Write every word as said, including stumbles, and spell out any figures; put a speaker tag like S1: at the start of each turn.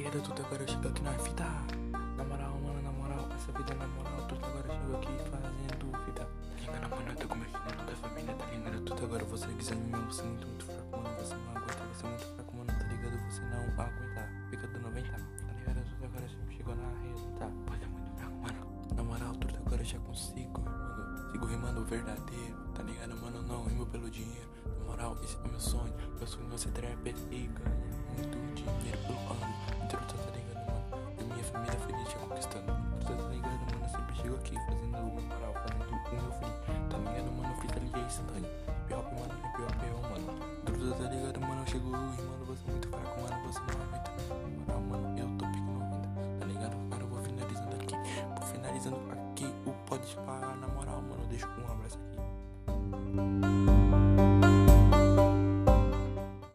S1: Era tudo agora chega aqui na fita. Na moral, mano, na moral, essa vida na moral, tudo agora chegou aqui fazendo vida. Tá ligado, mano? Eu tô com meu chinelo da família, tá ligado? Tudo agora você desanima, você é muito, muito fraco, mano. Você não aguenta, você é muito fraco, mano, tá ligado? Você não aguenta, fica do noventa, tá ligado? Tudo agora chegou na realidade, você é muito fraco, mano. Na moral, tudo agora já consigo, mano. Sigo rimando o verdadeiro, tá ligado, mano? Não rimo pelo dinheiro. Na moral, esse é meu sonho. Meu sonho é ser trapper e ganhar muito dinheiro pelo ano. Então, tá ligado, mano? E minha família feliz já conquistando. Tá ligado, mano? Eu sempre chego aqui fazendo o moral, fazendo o meu free. Tá ligado, mano? Eu fiz ali é instantâneo. Hip hop, mano, hip hop é o mano. Tudo tá ligado, mano? Eu chego rimando, você é muito fraco, mano. Você não aguenta. Na moral, mano, eu tô pique noventa. Tá ligado? Cara, eu vou finalizando aqui. Vou finalizando aqui o pode parar. Na moral, mano, eu deixo um abraço aqui.